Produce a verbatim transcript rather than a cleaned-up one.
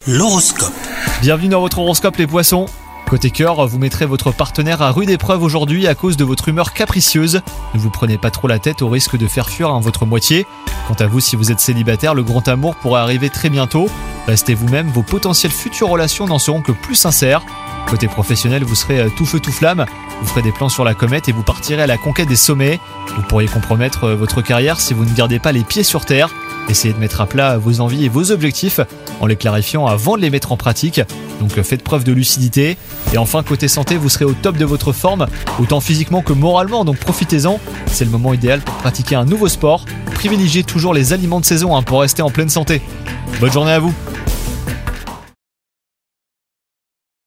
L'horoscope. Bienvenue dans votre horoscope les poissons. Côté cœur, vous mettrez votre partenaire à rude épreuve aujourd'hui à cause de votre humeur capricieuse. Ne vous prenez pas trop la tête au risque de faire fuir hein, votre moitié. Quant à vous, si vous êtes célibataire, le grand amour pourrait arriver très bientôt. Restez vous-même, vos potentielles futures relations n'en seront que plus sincères. Côté professionnel, vous serez tout feu tout flamme, vous ferez des plans sur la comète et vous partirez à la conquête des sommets. Vous pourriez compromettre votre carrière si vous ne gardez pas les pieds sur terre. Essayez de mettre à plat vos envies et vos objectifs en les clarifiant avant de les mettre en pratique. Donc faites preuve de lucidité. Et enfin, côté santé, vous serez au top de votre forme, autant physiquement que moralement, donc profitez-en. C'est le moment idéal pour pratiquer un nouveau sport. Privilégiez toujours les aliments de saison hein, pour rester en pleine santé. Bonne journée à vous.